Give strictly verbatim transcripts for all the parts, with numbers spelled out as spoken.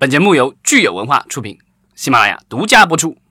本节目由聚友文化出品，喜马拉雅独家播出。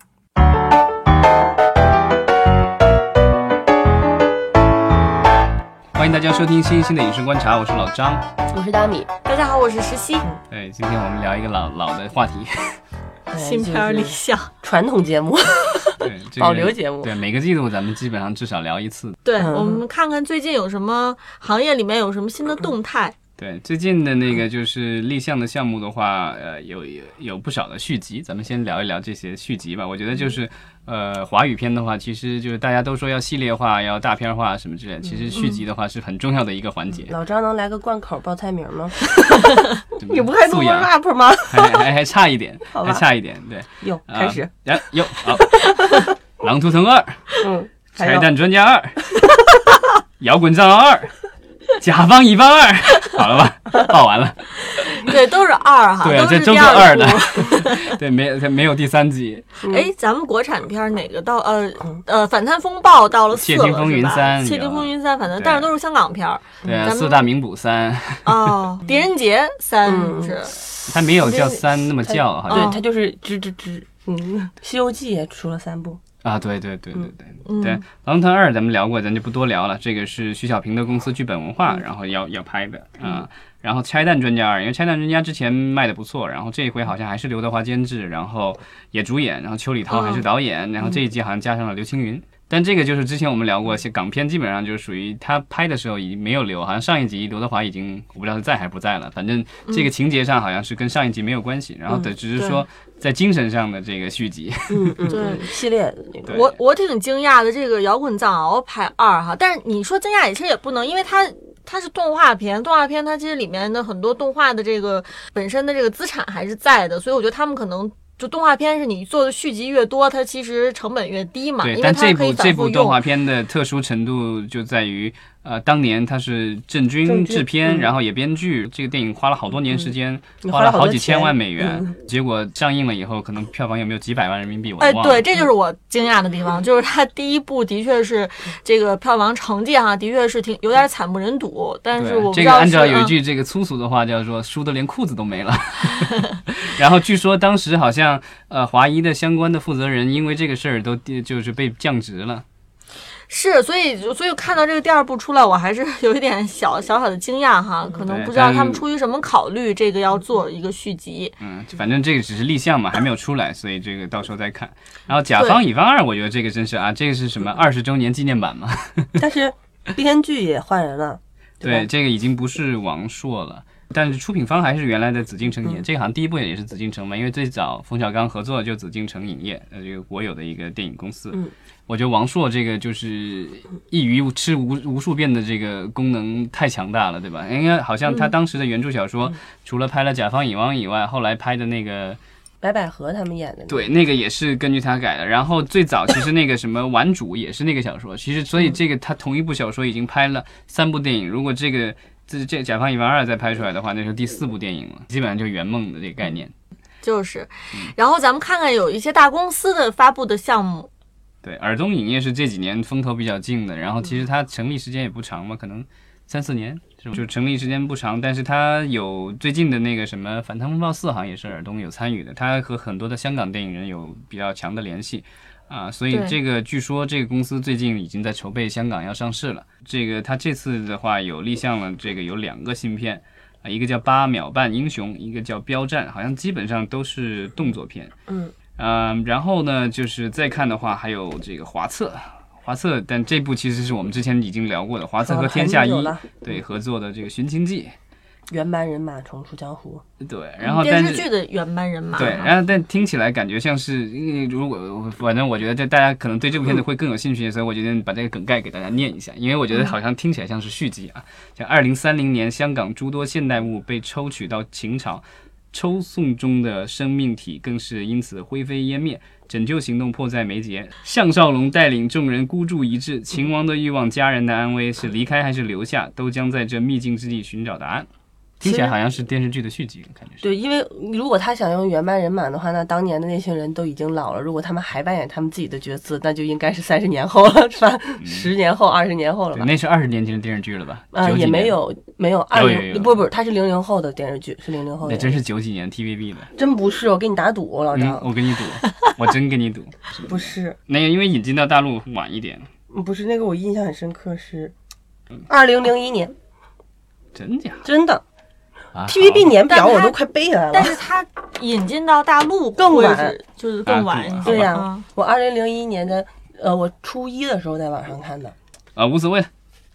欢迎大家收听新一期的影视观察，我是老张， 我是大米， 大家好，我是石溪。 对，今天我们聊一个老老的话题， 新片立项， 传统节目， 对、这个， 保留节目。 对，每个季度咱们基本上至少聊一次。 对、 嗯、 我们看看最近有什么行业里面有什么新的动态。 对，最近的那个就是立项的项目的话，呃，有有有不少的续集，咱们先聊一聊这些续集吧。我觉得就是，呃，华语片的话，其实就是大家都说要系列化、要大片化什么之类的，其实续集的话是很重要的一个环节。 嗯、老张能来个贯口报菜名吗？ 你不还录过 rap 吗？ 还还还差一点，还差一点，对。 哟，开始。 呀、呃，哟，好。狼图腾二， 嗯， 拆弹专家二，摇滚藏獒二。甲方乙方二，好了吧，报完了。 对，都是二哈， 对，这都是二的。对，没没有第三集。 哎、嗯，咱们国产片哪个到呃呃反贪风暴到了四了， 窃听风云三， 窃听风云三，反正但是都是香港片儿。 对啊，四大名捕三。 哦，狄仁杰三是。 他没有叫三那么叫，好像。 对，他就是吱吱吱。嗯，《西游记》也出了三部。 啊，对对对对对、 嗯、 对，《狼图腾二》咱们聊过，咱就不多聊了。这个是徐小平的公司剧本文化，然后要要拍的啊、呃。然后《拆弹专家二》，因为《拆弹专家》之前卖的不错，然后这一回好像还是刘德华监制，然后也主演，然后邱礼涛还是导演，然后这一季好像加上了刘青云。但这个就是之前我们聊过，些港片基本上就是属于他拍的时候已经没有刘，好像上一集刘德华已经我不知道是在还是不在了，反正这个情节上好像是跟上一集没有关系，然后的只是说在精神上的这个续集。 嗯嗯， 对， 系列的那个。 我我挺惊讶的，这个摇滚藏獒拍二哈，但是你说惊讶也其实也不能，因为它它是动画片，动画片它其实里面的很多动画的这个本身的这个资产还是在的，所以我觉得他们可能。就动画片是你做的续集越多，它其实成本越低嘛。 对，但这部这部动画片的特殊程度就在于，呃，当年它是郑钧制片，嗯、然后也编剧，这个电影花了好多年时间， 嗯、 花了好几千万美元， 嗯、 结果上映了以后，可能票房有没有几百万人民币，我忘了。 哎，对，这就是我惊讶的地方，就是它第一部的确是这个票房成绩哈，的确是挺有点惨不忍睹，但是我不知道是这个按照有一句这个粗俗的话叫做输得连裤子都没了。然后据说当时好像。像呃华谊的相关的负责人因为这个事儿都就是被降职了， 是，所以所以看到这个第二部出来，我还是有一点小小小的惊讶哈，可能不知道他们出于什么考虑，这个要做一个续集。 嗯，反正这个只是立项嘛，还没有出来，所以这个到时候再看。然后甲方乙方二，我觉得这个真是啊，这个是什么二十周年纪念版嘛？ 但是编剧也换人了， 对，对这个已经不是王朔了。但是出品方还是原来的紫禁城影业、嗯，这个好像第一部也是紫禁城嘛，因为最早冯小刚合作就紫禁城影业，呃，这个国有的一个电影公司。 嗯， 我觉得王朔这个就是一鱼吃无无数遍的这个功能太强大了，对吧？应该好像他当时的原著小说，嗯、除了拍了《甲方乙王》以外，后来拍的那个。 白百合他们演的、那个， 对，那个也是根据他改的。然后最早其实那个什么《顽主》也是那个小说，其实所以这个他同一部小说已经拍了三部电影。如果这个这这《甲方乙方二》再拍出来的话，那是第四部电影了，基本上就圆梦的这个概念。 就是，然后咱们看看有一些大公司的发布的项目。 对，尔东影业是这几年风头比较劲的，然后其实它成立时间也不长嘛，可能三四年。就成立时间不长，但是他有最近的那个什么《反贪风暴四》，好像也是尔东有参与的。他和很多的香港电影人有比较强的联系啊，所以这个据说这个公司最近已经在筹备香港要上市了。这个他这次的话有立项了，这个有两个新片啊，一个叫《八秒半英雄》，一个叫《标战》，好像基本上都是动作片。 嗯， 呃，然后呢，就是再看的话，还有这个华策。华策，但这部其实是我们之前已经聊过的，华策和天下一对合作的这个《寻秦记》， 原班人马重出江湖。 对，然后电视剧的原班人马。 对，然后但听起来感觉像是，因为如果反正我觉得这大家可能对这部片子会更有兴趣，所以我决定把这个梗概给大家念一下，因为我觉得好像听起来像是续集啊。像二零三零年，香港诸多现代物被抽取到秦朝。抽送中的生命体更是因此灰飞烟灭，拯救行动迫在眉睫。项少龙带领众人孤注一掷，秦王的欲望、家人的安危，是离开还是留下，都将在这秘境之地寻找答案。 听起来好像是电视剧的续集，感觉是。 对，因为如果他想用原班人马的话，那当年的那些人都已经老了。如果他们还扮演他们自己的角色，那就应该是三十年后了，是吧？十、嗯、年后、二十年后了吧？ 那是二十年前的电视剧了吧？ 啊、呃，也没有没有二零不不，他是零零后的电视剧，是零零后的。 那真是九几年 T V B 的， 真不是，我跟你打赌，老张、 嗯，我跟你赌，我真跟你赌， 不是那个，因为引进到大陆晚一点。 不是那个，我印象很深刻是二零零一年， 真假？ 真的。T V B 年表我都快背下来了， 但是它引进到大陆更晚， 就是更晚一些。 啊、对呀、啊，我二零零一年的呃，我初一的时候在网上看的。 啊，无所谓。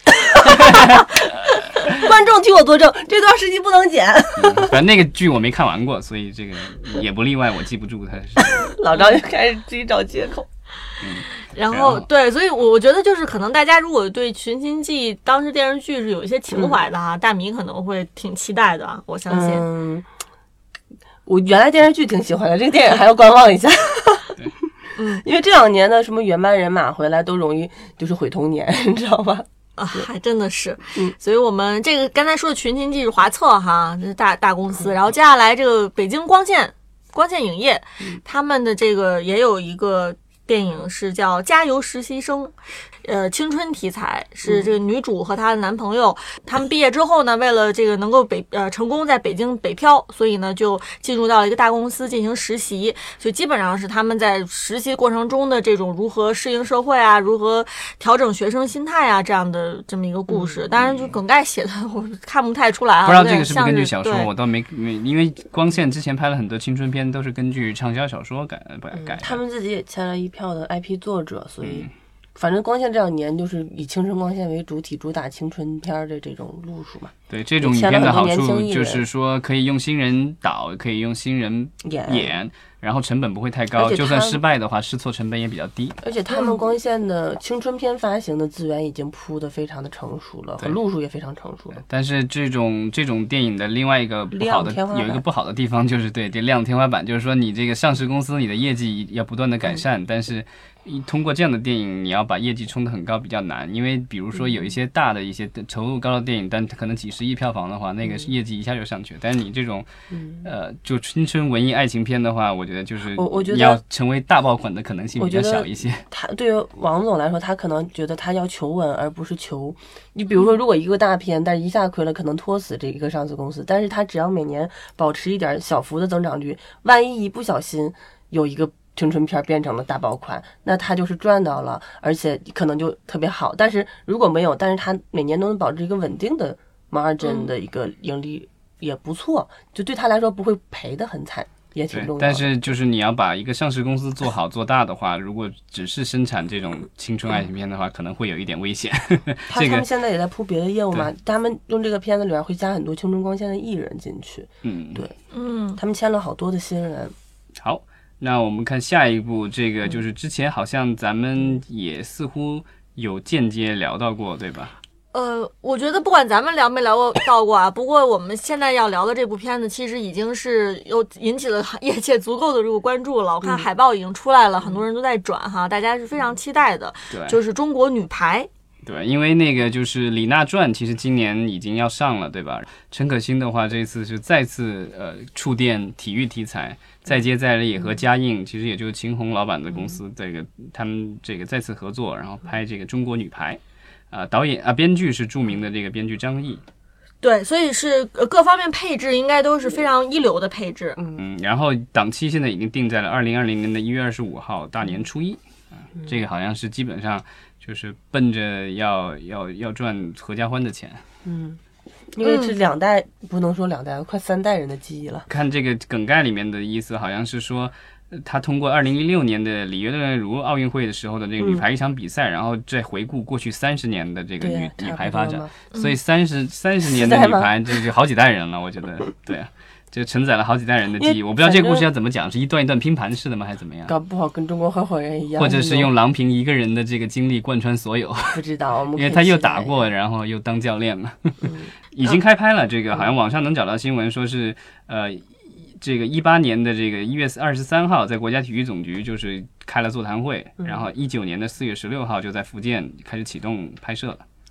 观众替我作证，这段实际不能剪。 嗯、反正那个剧我没看完过，所以这个也不例外，我记不住它是。 老张就开始自己找借口。 嗯。 然后对，所以我觉得就是可能大家如果对《寻秦记》当时电视剧是有一些情怀的哈，嗯、大米可能会挺期待的，我相信。 嗯，我原来电视剧挺喜欢的，这个电影还要观望一下。嗯，因为这两年的什么原班人马回来都容易就是毁童年，你知道吧？ 啊，还真的是。嗯，所以我们这个刚才说的《寻秦记》是华策哈，这是大大公司，然后接下来这个北京光线光线影业，嗯、他们的这个也有一个。电影是叫《加油实习生》，呃，青春题材，是这个女主和她的男朋友，他们毕业之后呢，为了这个能够北呃成功在北京北漂，所以呢就进入到了一个大公司进行实习，所以基本上是他们在实习过程中的这种如何适应社会啊，如何调整学生心态啊这样的这么一个故事。当然，就梗概写的我看不太出来啊， 不知道这个是不是根据小说，我倒没没，因为光线之前拍了很多青春片，都是根据畅销小说改改改、嗯。 他们自己也签了一票的 I P 作者，所以反正光线这两年就是以青春光线为主体，主打青春片的这种路数嘛。 对，这种影片的好处就是说可以用新人导，可以用新人演，演然后成本不会太高，就算失败的话，试错成本也比较低。 而且他们光线的青春片发行的资源已经铺得非常的成熟了，和路数也非常成熟了。 但是这种这种电影的另外一个不好的有一个不好的地方就是对这亮天花板，就是说你这个上市公司你的业绩要不断的改善，嗯、但是通过这样的电影你要把业绩冲得很高比较难，因为比如说有一些大的一些投入高的电影，但可能几十亿票房的话，那个业绩一下就上去了。但是你这种呃就青春文艺爱情片的话，我觉得就是你要成为大爆款的可能性比较小一些。 他对于王总来说，他可能觉得他要求稳而不是求你。比如说如果一个大片但是一下亏了，可能拖死这一个上市公司，但是他只要每年保持一点小幅的增长率，万一一不小心有一个青春片变成了大爆款，那他就是赚到了，而且可能就特别好。但是如果没有，但是他每年都能保持一个稳定的margin的一个盈利也不错，就对他来说不会赔得很惨，也挺重要的。 但是就是你要把一个上市公司做好做大的话，如果只是生产这种青春爱情片的话，可能会有一点危险。 他他们现在也在铺别的业务嘛，他们用这个片子里面会加很多青春光线的艺人进去。嗯，对，嗯，他们签了好多的新人。 好。那我们看下一步，这个就是之前好像咱们也似乎有间接聊到过，对吧？ 呃，我觉得不管咱们聊没聊过到过啊，不过我们现在要聊的这部片子，其实已经是又引起了业界足够的这个关注了。我看海报已经出来了，嗯、很多人都在转哈，大家是非常期待的。对，就是中国女排。 对，因为那个就是《李娜传》，其实今年已经要上了，对吧？陈可辛的话，这次是再次呃触电体育题材，再接再厉，和嘉映，其实也就是秦虹老板的公司，这个他们这个再次合作，然后拍这个中国女排，啊、呃，导演啊，编剧是著名的这个编剧张译。 对，所以是各方面配置应该都是非常一流的配置。 嗯，然后档期现在已经定在了二零二零年的一月二十五号，大年初一。啊，这个好像是基本上就是奔着要要要赚合家欢的钱。 嗯，因为是两代、嗯、不能说两代，快三代人的记忆了。 看这个梗概里面的意思，好像是说他通过二零一六年的里约热内卢奥运会的时候的这个女排一场比赛，嗯、然后再回顾过去三十年的这个女、啊、女排发展，所以三十三十年的女排，这就好几代人了，我觉得，对啊。就承载了好几代人的记忆，我不知道这个故事要怎么讲，是一段一段拼盘式的吗，还是怎么样？ 搞不好跟中国合伙人一样， 或者是用郎平一个人的这个经历贯穿所有。 不知道，我们因为他又打过，然后又当教练了，嗯、已经开拍了。这个好像网上能找到新闻，说是呃，这个一八年的这个一月二十三号，在国家体育总局就是开了座谈会，嗯、然后一九年的四月十六号就在福建开始启动拍摄了。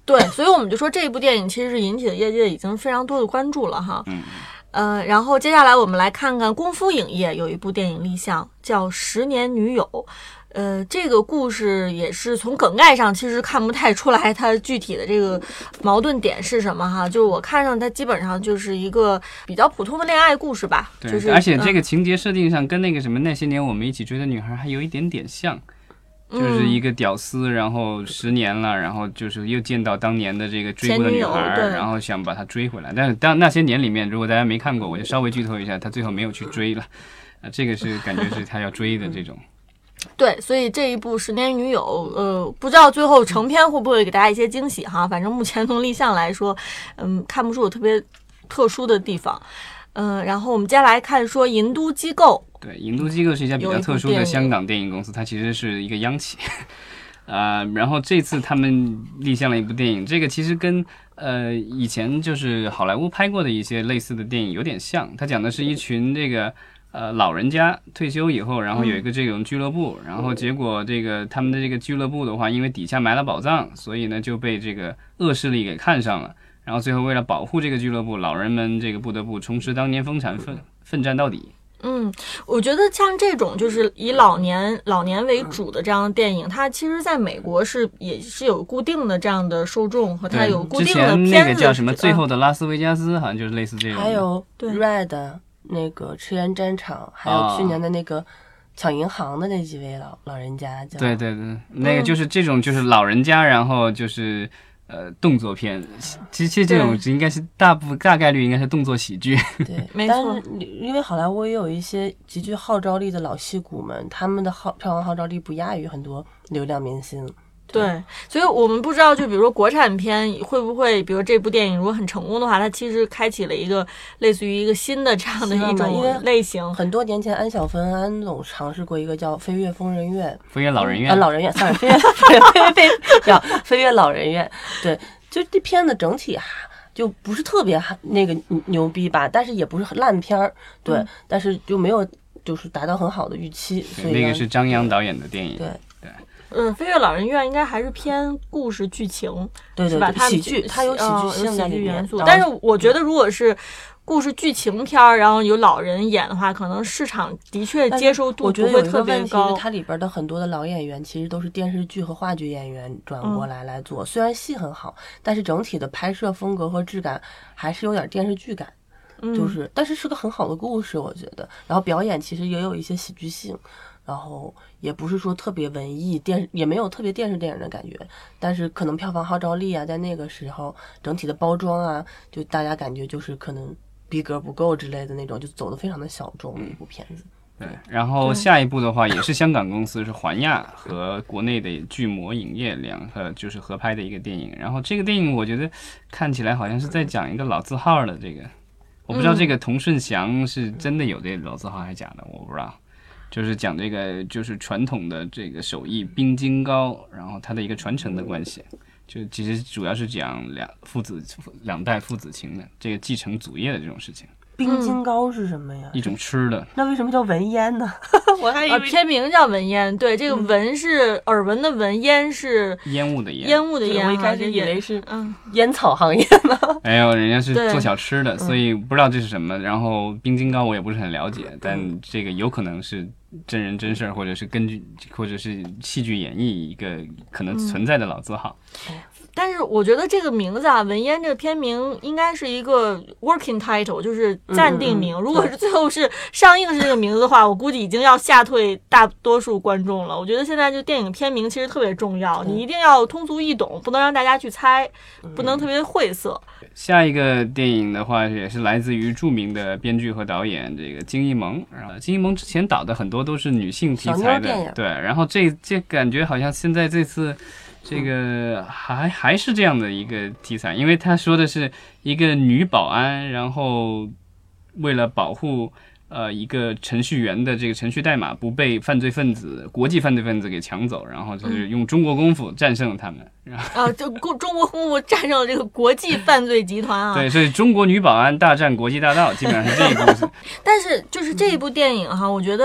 对，所以我们就说这一部电影其实是引起了业界已经非常多的关注了哈。 嗯。 呃，然后接下来我们来看看功夫影业有一部电影立项，叫《十年女友》。呃，这个故事也是从梗概上其实看不太出来它具体的这个矛盾点是什么哈，就是我看上它基本上就是一个比较普通的恋爱故事吧。 对， 就是而且这个情节设定上跟那个什么那些年我们一起追的女孩还有一点点像。就是一个屌丝，然后十年了，然后就是又见到当年的这个追过的女孩，然后想把她追回来。但是当那些年里面，如果大家没看过，我就稍微剧透一下，他最后没有去追了。啊，这个是感觉是他要追的这种。 对，所以这一部《十年女友》，呃，不知道最后成片会不会给大家一些惊喜哈。反正目前从立项来说，嗯，看不出有特别特殊的地方。嗯，然后我们接下来看说银都机构。 对，银都机构是一家比较特殊的香港电影公司，它其实是一个央企，啊、呃，然后这次他们立项了一部电影，这个其实跟呃以前就是好莱坞拍过的一些类似的电影有点像，它讲的是一群这个呃老人家退休以后，然后有一个这种俱乐部，嗯、然后结果这个他们的这个俱乐部的话，因为底下埋了宝藏，所以呢就被这个恶势力给看上了，然后最后为了保护这个俱乐部，老人们这个不得不重拾当年风采，奋奋战到底。 嗯，我觉得像这种就是以老年老年为主的这样的电影，它其实在美国是也是有固定的这样的受众和它有固定的片子。 之前那个叫什么《最后的拉斯维加斯》好像就是类似这种。 还有 Red 那个赤焰战场，还有去年的那个抢银行的那几位老老人家叫。 对对对，那个就是这种就是老人家，然后就是。呃，动作片，其实这种应该是大部大概率应该是动作喜剧。 对， 没错。 但是因为好莱坞也有一些极具号召力的老戏骨们，他们的号票房号召力不亚于很多流量明星。 对，所以我们不知道，就比如说国产片会不会，比如这部电影如果很成功的话，它其实开启了一个类似于一个新的这样的一种类型。 很多年前，安小芬安总尝试过一个叫《飞跃疯人院》， 飞跃老人院， 啊，老人院 ，sorry， 飞跃飞跃飞叫飞跃老人院。对，就这片子整体哈。就不是特别那个牛逼吧，但是也不是很烂片儿，对、嗯，但是就没有就是达到很好的预期。所以那个是张扬导演的电影， 对对。 嗯，飞跃老人院应该还是偏故事剧情， 对对对， 是吧？它喜剧，它有喜剧性在里面、 呃、元素。但是我觉得，如果是故事剧情片儿，然后有老人演的话，可能市场的确接受度不会特别高。 它里边的很多的老演员其实都是电视剧和话剧演员转过来来做，嗯、虽然戏很好，但是整体的拍摄风格和质感还是有点电视剧感。就是，嗯、但是是个很好的故事，我觉得。然后表演其实也有一些喜剧性。然后也不是说特别文艺，电也没有特别电视电影的感觉，但是可能票房号召力啊，在那个时候整体的包装啊，就大家感觉就是可能逼格不够之类的那种，就走得非常的小众的一部片子。 对，然后下一部的话也是香港公司是环亚和国内的巨魔影业两个就是合拍的一个电影，然后这个电影我觉得看起来好像是在讲一个老字号的这个，我不知道这个童顺祥是真的有这老字号还是假的，我不知道。就是讲这个就是传统的这个手艺冰晶糕，然后它的一个传承的关系，就其实主要是讲两父子两代父子情的这个继承祖业的这种事情。 冰晶糕是什么呀？ 一种吃的。 那为什么叫文烟呢？我还以为、 呃、片名叫文烟。对，这个文是耳闻的文，烟是烟雾的烟， 烟雾的烟。 我一开始以为是嗯烟草行业呢。 没有，人家是做小吃的，所以不知道这是什么。然后冰晶糕我也不是很了解，但这个有可能是真人真事儿，或者是根据或者是戏剧演绎一个可能存在的老字号。 嗯但是我觉得这个名字啊，文烟这个片名应该是一个 working title， 就是暂定名。嗯嗯、如果是最后是上映是这个名字的话，我估计已经要吓退大多数观众了。我觉得现在就电影片名其实特别重要，你一定要通俗易懂，不能让大家去猜，不能特别晦涩。 下一个电影的话也是来自于著名的编剧和导演这个金一萌，然后金一萌之前导的很多都是女性题材的，对，然后这这感觉好像现在这次。这个还还是这样的一个题材，因为他说的是一个女保安，然后为了保护呃一个程序员的这个程序代码不被犯罪分子、国际犯罪分子给抢走，然后就是用中国功夫战胜他们。然后啊，就中国功夫战胜了这个国际犯罪集团啊！ 对，所以中国女保安大战国际大盗，基本上是这个故事。 但是就是这一部电影哈，我觉得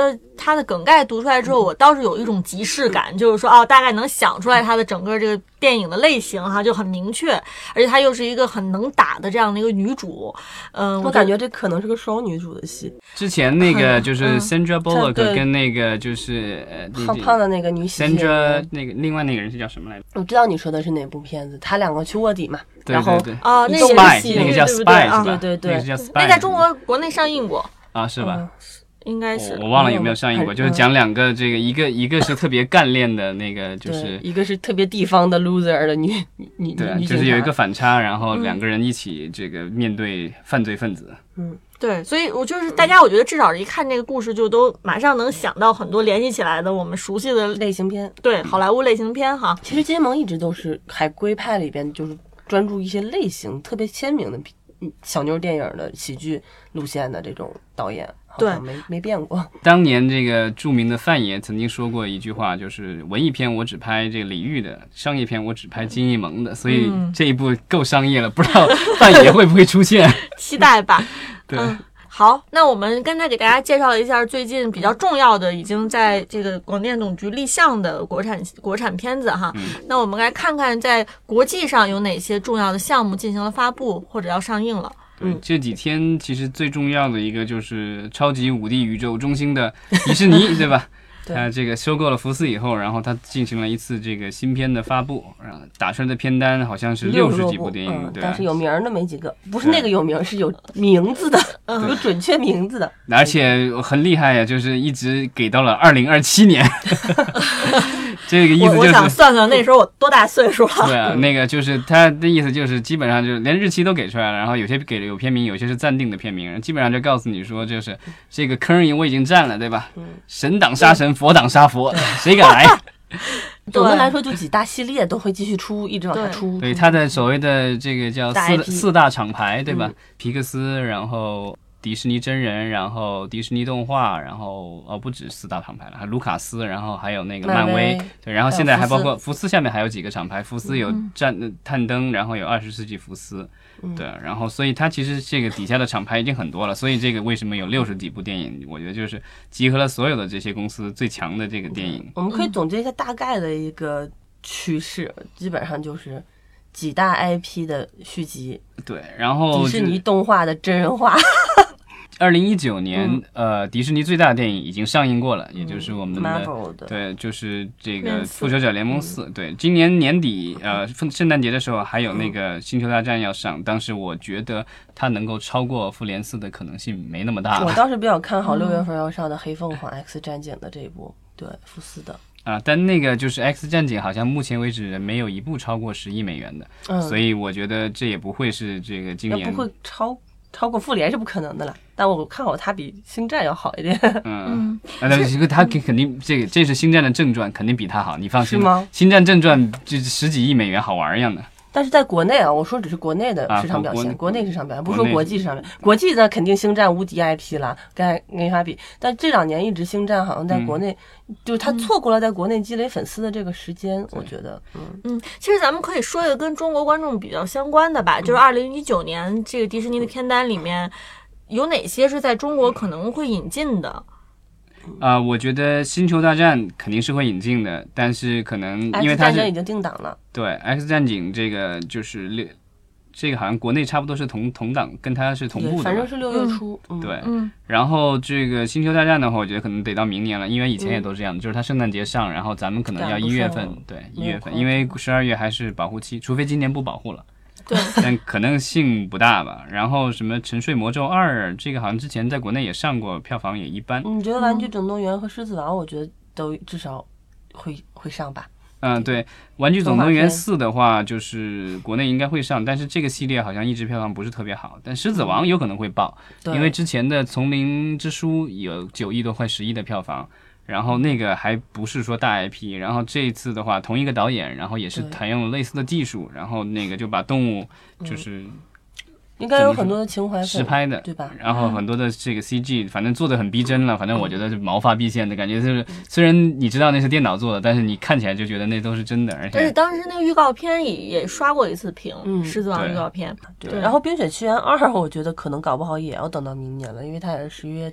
它的梗概读出来之后，我倒是有一种即视感，就是说哦，大概能想出来它的整个这个电影的类型哈，就很明确，而且它又是一个很能打的这样的一个女主，嗯、呃， 我感觉这可能是个双女主的戏。 之前那个就是 Sandra Bullock 对跟那个就是呃胖胖的那个女喜剧演 Sandra 员那个另外那个人是叫什么来着？ 我知道你说的是哪部片子，他两个去卧底嘛， 对然后对对啊，那个 Spy 戏那个叫对不对 Spy 啊是吧？ 对对对那个是叫 Spy， 那在中国国内上映过， 啊是吧？ 嗯应该是我我忘了有没有上映过， 嗯就是讲两个这个一个一个是特别干练的那个就对是。 一个是特别地方的 loser 的女女女对， 女就是有一个警察反差，然后两个人一起这个面对犯罪分子。 嗯， 对，所以我就是大家，我觉得至少一看这个故事，就都马上能想到很多联系起来的我们熟悉的类型片。 对好莱坞类型片哈。 其实金蒙一直都是海归派里边就是专注一些类型特别鲜明的嗯小妞电影的喜剧路线的这种导演，好像没没变过。 当年这个著名的范爷曾经说过一句话，就是文艺片我只拍这个李玉的，商业片我只拍金一萌的，所以这一部够商业了，不知道范爷会不会出现？ 期待吧。 对。 嗯好，那我们刚才给大家介绍一下最近比较重要的已经在这个广电总局立项的国产国产片子哈。嗯、那我们来看看在国际上有哪些重要的项目进行了发布或者要上映了。 对，这几天其实最重要的一个就是超级五 D 宇宙中心的迪士尼，对吧？他这个收购了福斯以后，然后他进行了一次这个新片的发布，然后打出来的片单好像是六十几部电影， 嗯、 对吧？ 但是有名的没几个，不是那个有名，是有名字的，有准确名字的。 而且很厉害呀，就是一直给到了二零二七年。这个意思就是， 我, 我想算算那时候我多大岁数了。 对啊，那个就是他的意思就是基本上就是连日期都给出来了，然后有些给了有片名，有些是暂定的片名，基本上就告诉你说就是这个坑我已经占了，对吧？神挡杀神，佛挡杀佛，谁敢来？ 总的来说，就几大系列都会继续出，一直往下出。 对，他的所谓的这个叫四四大厂牌，对吧？ 嗯、 皮克斯，然后迪士尼真人，然后迪士尼动画，然后哦不止四大厂牌了，还有卢卡斯，然后还有那个漫威，对，然后现在还包括福斯，下面还有几个厂牌，福斯有战探灯，然后有二十世纪福斯，对，然后所以它其实这个底下的厂牌已经很多了，所以这个为什么有六十几部电影，我觉得就是集合了所有的这些公司最强的这个电影。 我们可以总结一下大概的一个趋势，基本上就是几大 I P 的续集， 对，然后迪士尼动画的真人化。 二零一九年、嗯，呃，迪士尼最大的电影已经上映过了，嗯、也就是我们的， Marvel 的对，就是这个《复仇者联盟四》嗯。对，今年年底，呃，圣诞节的时候还有那个《星球大战》要上，当时我觉得它能够超过《复联四》的可能性没那么大。 我倒是比较看好六月份要上的《黑凤凰 X 战警》的这一部，对，福斯的。 啊，但那个就是《X 战警》好像目前为止没有一部超过十亿美元的，嗯、所以我觉得这也不会是这个今年不会超。超过复联是不可能的了，但我看好它比星战要好一点。 嗯，啊，但是它肯定这个这是星战的正传，肯定比它好，你放心。 是吗？ 星战正传就是十几亿美元，好玩一样的。 但是在国内啊，我说只是国内的市场表现，啊、国, 国内市场表现，不是说国际市场表现。国际呢，肯定星战无敌 I P 了，跟跟它比。但这两年一直星战好像在国内，嗯、就是它错过了在国内积累粉丝的这个时间，嗯、我觉得，嗯嗯，其实咱们可以说一个跟中国观众比较相关的吧，就是二零一九年这个迪士尼的片单里面。有哪些是在中国可能会引进的？ 啊、呃，我觉得《星球大战》肯定是会引进的，但是可能因为它是 X 战警已经定档了。 对，《X 战警》这个就是六，这个好像国内差不多是同同档，跟它是同步的， 反正是六月初。 嗯、对， 嗯。 然后这个《星球大战》的话，我觉得可能得到明年了，因为以前也都这样，嗯、就是它圣诞节上，然后咱们可能要一月份，对，一月份，因为十二月还是保护期，除非今年不保护了。 对， 但可能性不大吧。然后什么《沉睡魔咒二》，这个好像之前在国内也上过，票房也一般。 你觉得《玩具总动员》和《狮子王》，我觉得都至少会会上吧？ 嗯，对，《玩具总动员四》的话，就是国内应该会上，但是这个系列好像一直票房不是特别好。但《狮子王》有可能会爆， 嗯、 因为之前的《丛林之书》有九亿多，快十亿的票房。然后那个还不是说大 I P， 然后这一次的话，同一个导演，然后也是采用了类似的技术，然后那个就把动物就是、嗯、 应该有很多的情怀实拍的， 对吧？ 然后很多的这个 C G， 反正做的很逼真了，反正我觉得是毛发毕现的感觉，就是虽然你知道那是电脑做的，但是你看起来就觉得那都是真的，而且而且当时那个预告片也也刷过一次屏， 嗯， 狮子王预告片， 对。对然后《冰雪奇缘二》，我觉得可能搞不好也要等到明年了，因为它也是十一月底。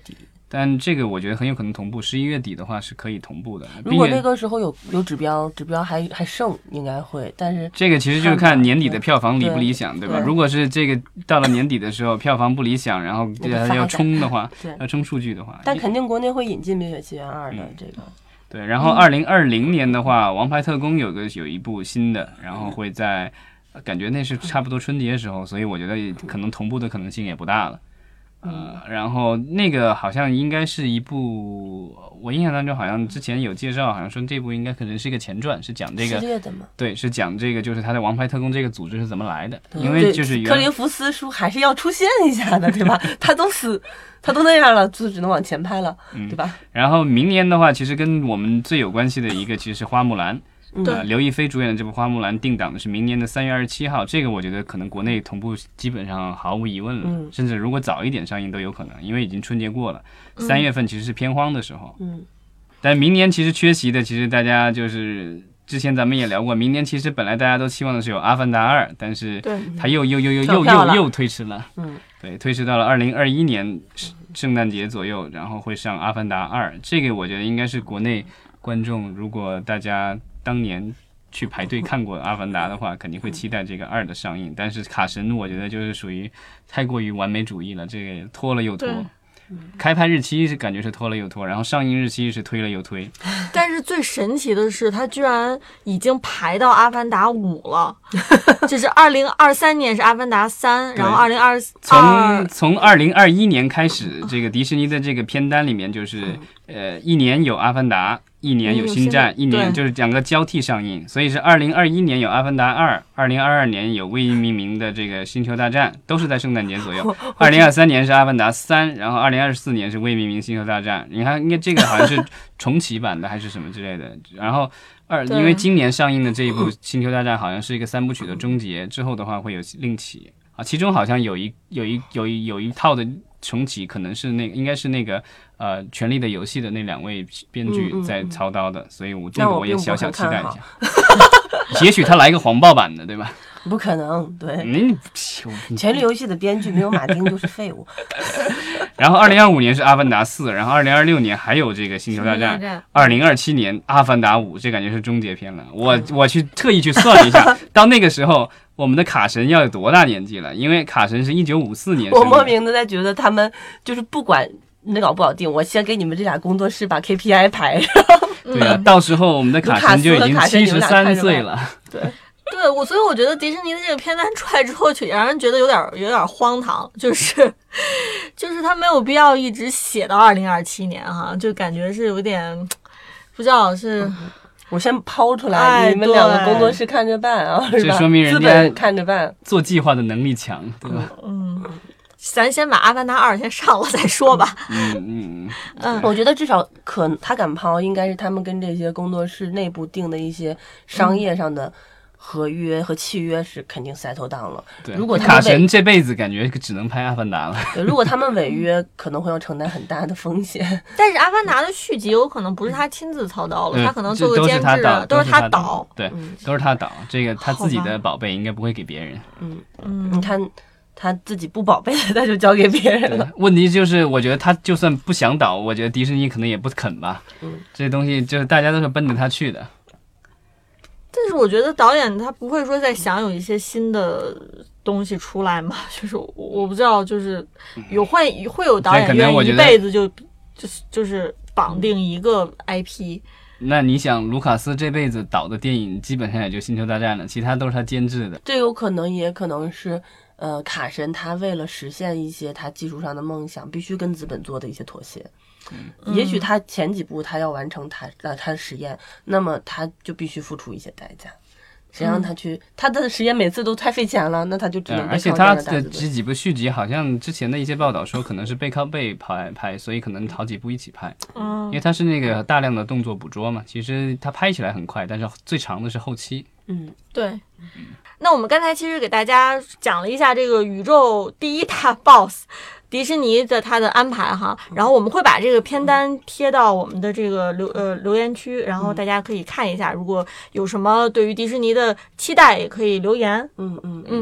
但这个我觉得很有可能同步，十一月底的话是可以同步的。 如果那个时候有有指标，指标还还剩，应该会。但是这个其实就是看年底的票房理不理想，对吧？ 对如果是这个到了年底的时候票房不理想，然后要冲的话，要冲数据的话， 但肯定国内会引进《冰雪奇缘二》的这个。 嗯、对，然后二零二零年的话，《王牌特工》有个有一部新的，然后会在感觉那是差不多春节的时候，所以我觉得可能同步的可能性也不大了。呃，然后那个好像应该是一部，我印象当中好像之前有介绍，好像说这部应该可能是一个前传，是讲这个，对，是讲这个就是他的王牌特工这个组织是怎么来的，因为就是柯林福斯叔还是要出现一下的，对吧？他都死，他都那样了，就只能往前拍了，对吧？ 嗯、然后明年的话，其实跟我们最有关系的一个其实是花木兰。 对、 呃，刘亦菲主演的这部《花木兰》定档的是明年的三月二十七号，这个我觉得可能国内同步基本上毫无疑问了， 嗯、 甚至如果早一点上映都有可能，因为已经春节过了，三月份其实是偏荒的时候。 嗯， 但明年其实缺席的，其实大家就是之前咱们也聊过，明年其实本来大家都期望的是有《阿凡达二》，但是它又又又又又又又推迟了。 嗯， 对，推迟到了二零二一年圣诞节左右，然后会上《阿凡达二》，这个我觉得应该是国内观众，如果大家当年去排队看过《阿凡达》的话，肯定会期待这个二的上映。但是卡神，我觉得就是属于太过于完美主义了，这个拖了又拖。开拍日期是感觉是拖了又拖，然后上映日期是推了又推。 但是最神奇的是，它居然已经排到《阿凡达五》了，就是二零二三年是《阿凡达三》，然后二零二从从二零二一年开始，这个迪士尼的这个片单里面就是呃一年有《阿凡达》。一年有星战，一年就是两个交替上映，所以是二零二一年有《阿凡达二》，二零二二年有未命名的这个《星球大战》，都是在圣诞节左右。二零二三年是《阿凡达三》，然后二零二四年是未命名《星球大战》。你看，应该这个好像是重启版的还是什么之类的。然后二，因为今年上映的这一部《星球大战》好像是一个三部曲的终结，之后的话会有另起啊，其中好像有一有一有一有一套的重启，可能是那个应该是那个。呃，《权力的游戏》的那两位编剧在操刀的，嗯嗯嗯、所以我这个我也小小期待一下。也许他来一个黄暴版的，对吧？ 不可能，对。 嗯， 《权力游戏》的编剧没有马丁就是废物。 然后二零二五年是《阿凡达四》，然后二零二六年还有这个《星球大战》，二零二七年《阿凡达五》，这感觉是终结篇了。我我去特意去算了一下，到那个时候我们的卡神要有多大年纪了？因为卡神是一九五四年。 我莫名的在觉得他们就是不管。那搞不好定，我先给你们这俩工作室把 K P I 排上。 对啊，到时候我们的卡神就已经七十三岁了。 对， 对我，所以我觉得迪士尼的这个片单出来之后，就让人觉得有点有点荒唐，就是就是他没有必要一直写到二零二七年哈，就感觉是有点不知道是。嗯我先抛出来，哎、你们两个工作室看着办啊， 这说明人家看着办， 做计划的能力强，对吧？ 嗯。咱先把《阿凡达二》先上了再说吧。 嗯嗯嗯，我觉得至少可他敢抛，应该是他们跟这些工作室内部定的一些商业上的合约和契约是肯定 settle down 了。 对， 如果他卡神这辈子感觉只能拍《阿凡达》了。 对，如果他们违约，可能会要承担很大的风险。 但是《阿凡达》的续集有可能不是他亲自操刀了， 嗯、 他可能做个监制， 都是他导。 对，嗯、都是他导。这个他自己的宝贝应该不会给别人。 嗯嗯，你看。他自己不宝贝的，他就交给别人了。 问题就是，我觉得他就算不想导，我觉得迪士尼可能也不肯吧。 嗯， 这东西就是大家都是奔着他去的。 但是我觉得导演他不会说在想有一些新的东西出来嘛？就是我不知道，就是有会会有导演愿意一辈子就就是就是绑定一个 I P。 那你想，卢卡斯这辈子导的电影基本上也就《星球大战》了，其他都是他监制的。 这有可能，也可能是。呃，卡神他为了实现一些他技术上的梦想，必须跟资本做的一些妥协。 嗯， 也许他前几步他要完成他呃他的实验，那么他就必须付出一些代价。谁让他去、嗯、他的实验每次都太费钱了，那他就只能被而且他的这几部续集好像之前的一些报道说可能是背靠背拍拍，所以可能好几部一起拍。 嗯， 因为他是那个大量的动作捕捉嘛，其实他拍起来很快，但是最长的是后期。 嗯， 对。嗯，那我们刚才其实给大家讲了一下这个宇宙第一大 boss 迪士尼的它的安排哈，然后我们会把这个片单贴到我们的这个留呃留言区，然后大家可以看一下，如果有什么对于迪士尼的期待也可以留言。 嗯嗯嗯。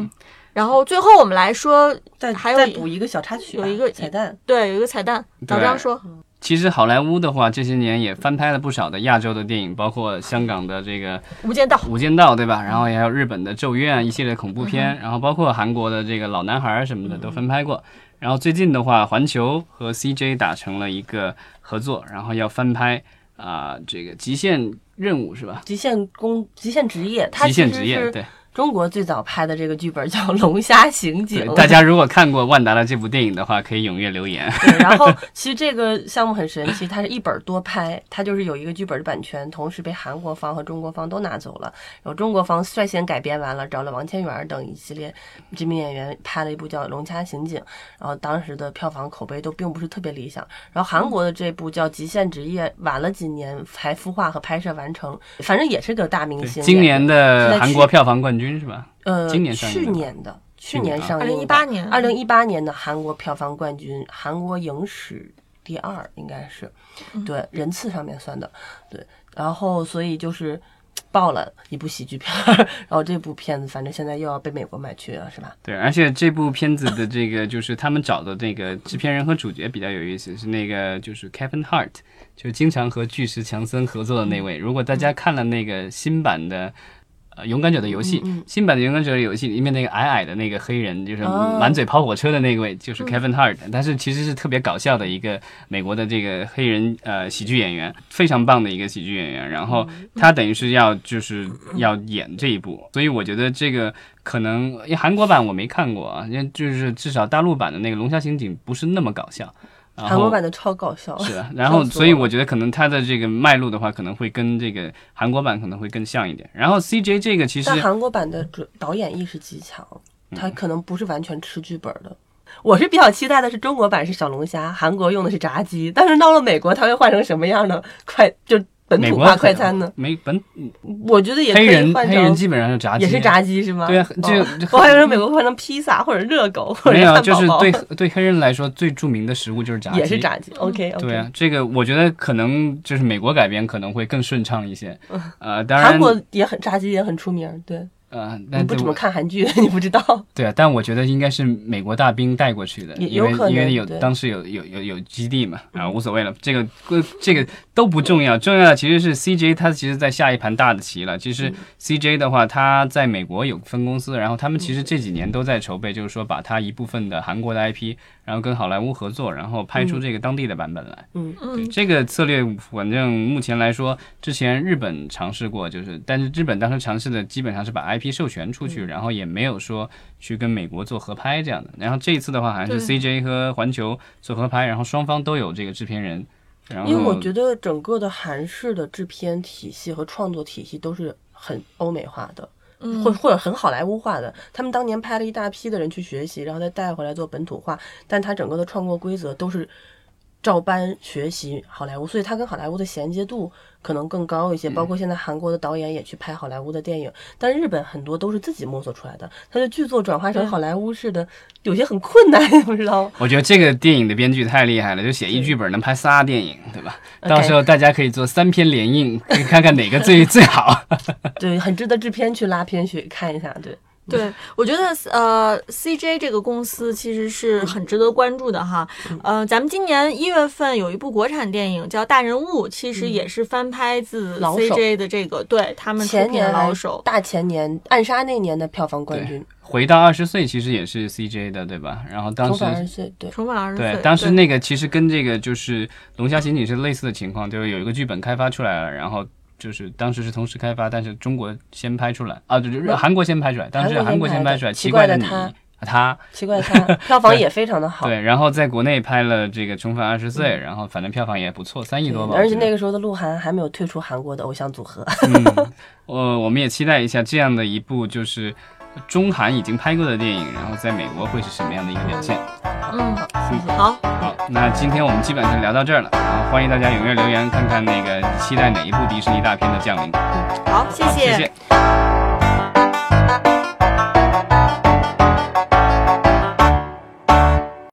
然后最后我们来说， 再还有再补一个小插曲吧， 有一个彩蛋， 对，有一个彩蛋，老张说， 其实好莱坞的话，这些年也翻拍了不少的亚洲的电影，包括香港的这个《 无间道》， 无间道对吧？然后也还有日本的《咒怨》一系列恐怖片，然后包括韩国的这个老男孩什么的都翻拍过。然后最近的话，环球和 C J 达成了一个合作，然后要翻拍啊、呃、这个极限任务是吧？ 极限工极限职业，它极限职业对。 中国最早拍的这个剧本叫《龙虾刑警》， 大家如果看过万达的这部电影的话，可以踊跃留言。 对，然后其实这个项目很神奇，它是一本多拍，它就是有一个剧本的版权，同时被韩国方和中国方都拿走了。然后中国方率先改编完了，找了王千源等一系列知名演员拍了一部叫《龙虾刑警》，然后当时的票房口碑都并不是特别理想。然后韩国的这部叫《极限职业》，晚了几年才孵化和拍摄完成，反正也是个大明星。 今年的韩国票房冠军是吧？ 呃， 今年上映的去年的，去年上映的， 二零一八年， 二零一八年的韩国票房冠军，韩国影史第二，应该是，对，人次上面算的，对，然后所以就是爆了一部喜剧片，然后这部片子反正现在又要被美国买去了，是吧？ 对，而且这部片子的这个就是他们找的那个制片人和主角比较有意思，是那个就是 Kevin Hart， 就经常和巨石强森合作的那位。如果大家看了那个新版的。勇敢者的游戏、嗯嗯、新版的勇敢者的游戏里面那个矮矮的那个黑人就是满嘴跑火车的那位就是 Kevin Hart、嗯、但是其实是特别搞笑的一个美国的这个黑人呃喜剧演员，非常棒的一个喜剧演员，然后他等于是要就是要演这一部，所以我觉得这个可能因为韩国版我没看过啊，就是至少大陆版的那个龙虾刑警不是那么搞笑， 韩国版的超搞笑， 是的，然后所以我觉得可能它的这个脉络的话，可能会跟这个韩国版可能会更像一点。然后 C J 这个其实， 但韩国版的导演意识极强，他可能不是完全吃剧本的。我是比较期待的是中国版是小龙虾，韩国用的是炸鸡，但是到了美国，它会换成什么样的快就本土化快餐呢？ 没本， 我觉得也可以换成黑人基本上是炸鸡， 也是炸鸡是吗？ 对啊，这、哦、 我还以为美国换成披萨或者热狗或者没有，就是对对黑人来说最著名的食物就是炸鸡， 也是炸鸡。OK，, okay 对啊，这个我觉得可能就是美国改编可能会更顺畅一些。呃，当然韩国也很炸鸡也很出名，对。 呃，但你不怎么看韩剧，你不知道。 对啊，但我觉得应该是美国大兵带过去的， 因为因为有当时有有有有基地嘛，啊，无所谓了，这个这个都不重要，重要的其实是 C J 他其实在下一盘大的棋了。其实 C J 的话，他在美国有分公司，然后他们其实这几年都在筹备，就是说把他一部分的韩国的 I P， 然后跟好莱坞合作，然后拍出这个当地的版本来。 嗯嗯，这个策略反正目前来说，之前日本尝试过，就是但是日本当时尝试的基本上是把 I P 授权出去。然后也没有说去跟美国做合拍这样的，然后这一次的话好像是 C J 和环球做合拍，然后双方都有这个制片人。然后因为我觉得整个的韩式的制片体系和创作体系都是很欧美化的， 嗯、 或或者很好莱坞化的。他们当年派了一大批的人去学习，然后再带回来做本土化，但他整个的创作规则都是照搬学习好莱坞，所以他跟好莱坞的衔接度可能更高一些。包括现在韩国的导演也去拍好莱坞的电影，但日本很多都是自己摸索出来的，他的剧作转化成好莱坞式的有些很困难，你不知道吗？ 我觉得这个电影的编剧太厉害了，就写一剧本能拍仨电影，对吧？到时候大家可以做三篇联映，可以看看哪个最最好。 对，很值得制片去拉片去看一下，对。 对，我觉得呃 ，C J 这个公司其实是很值得关注的哈。呃，咱们今年一月份有一部国产电影叫《大人物》，其实也是翻拍自 C J 的这个，对他们出品老手， 大前年暗杀那年的票房冠军。 回到二十岁其实也是 C J 的，对吧？然后当时重返二十岁，对， 重返二十岁。 对，当时那个其实跟这个就是《龙虾刑警》是类似的情况，就是有一个剧本开发出来了，然后。就是当时是同时开发，但是中国先拍出来啊，就是韩国先拍出来，当时韩国先拍出来，奇怪的你，他， 奇怪的他，票房也非常的好。 对，然后在国内拍了这个《重返二十岁》，然后反正票房也不错，三亿多吧。 而且那个时候的鹿晗还没有退出韩国的偶像组合。 嗯，我我们也期待一下这样的一部就是中韩已经拍过的电影，然后在美国会是什么样的一个表现。 嗯，谢谢。好， 好，那今天我们基本上聊到这儿了，然后欢迎大家踊跃留言，看看那个期待哪一部迪士尼大片的降临。 好，谢谢。 谢谢。